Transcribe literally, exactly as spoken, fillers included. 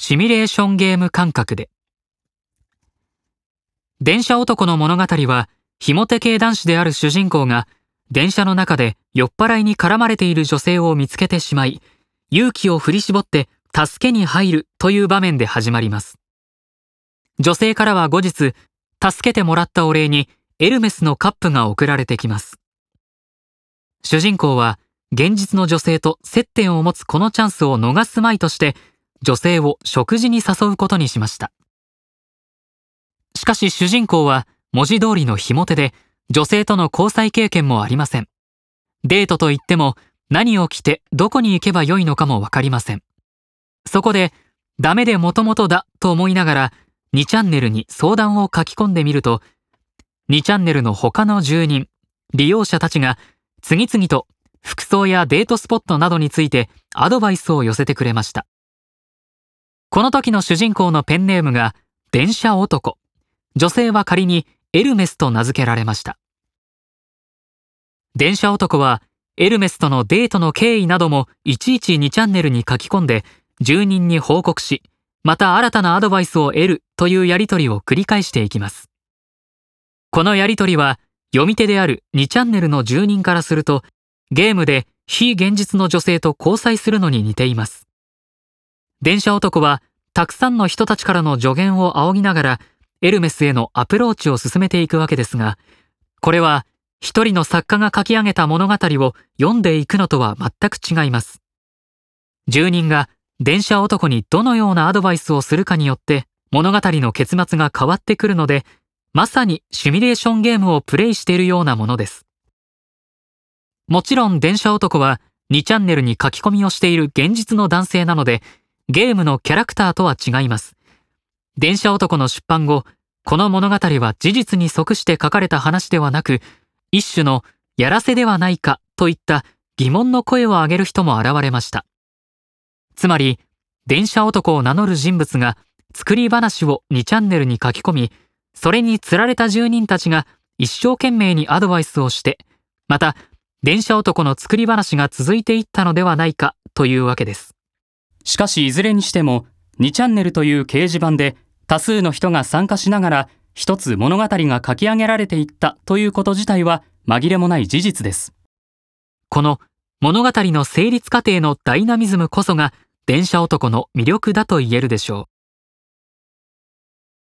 シミュレーションゲーム感覚で。電車男の物語は、ひも手系男子である主人公が、電車の中で酔っ払いに絡まれている女性を見つけてしまい、勇気を振り絞って助けに入るという場面で始まります。女性からは後日、助けてもらったお礼にエルメスのカップが送られてきます。主人公は現実の女性と接点を持つこのチャンスを逃すまいとして、女性を食事に誘うことにしました。しかし主人公は文字通りのひも手で、女性との交際経験もありません。デートといっても何を着てどこに行けばよいのかもわかりません。そこでダメでもともとだと思いながらにチャンネルに相談を書き込んでみると、にチャンネルの他の住人、利用者たちが次々と服装やデートスポットなどについてアドバイスを寄せてくれました。この時の主人公のペンネームが電車男、女性は仮にエルメスと名付けられました。電車男はエルメスとのデートの経緯などもいちいちにチャンネルに書き込んで住人に報告し、また新たなアドバイスを得るというやり取りを繰り返していきます。このやり取りは読み手であるにチャンネルの住人からすると、ゲームで非現実の女性と交際するのに似ています。電車男はたくさんの人たちからの助言を仰ぎながらエルメスへのアプローチを進めていくわけですが、これは一人の作家が書き上げた物語を読んでいくのとは全く違います。住人が電車男にどのようなアドバイスをするかによって物語の結末が変わってくるので、まさにシミュレーションゲームをプレイしているようなものです。もちろん電車男はにチャンネルに書き込みをしている現実の男性なので、ゲームのキャラクターとは違います。電車男の出版後、この物語は事実に即して書かれた話ではなく、一種のやらせではないかといった疑問の声を上げる人も現れました。つまり、電車男を名乗る人物が作り話をにチャンネルに書き込み、それに釣られた住人たちが一生懸命にアドバイスをして、また、電車男の作り話が続いていったのではないかというわけです。 しかしいずれにしても、にチャンネルという掲示板で多数の人が参加しながら一つ物語が書き上げられていったということ自体は紛れもない事実です。 この物語の成立過程のダイナミズムこそが電車男の魅力だと言えるでしょう。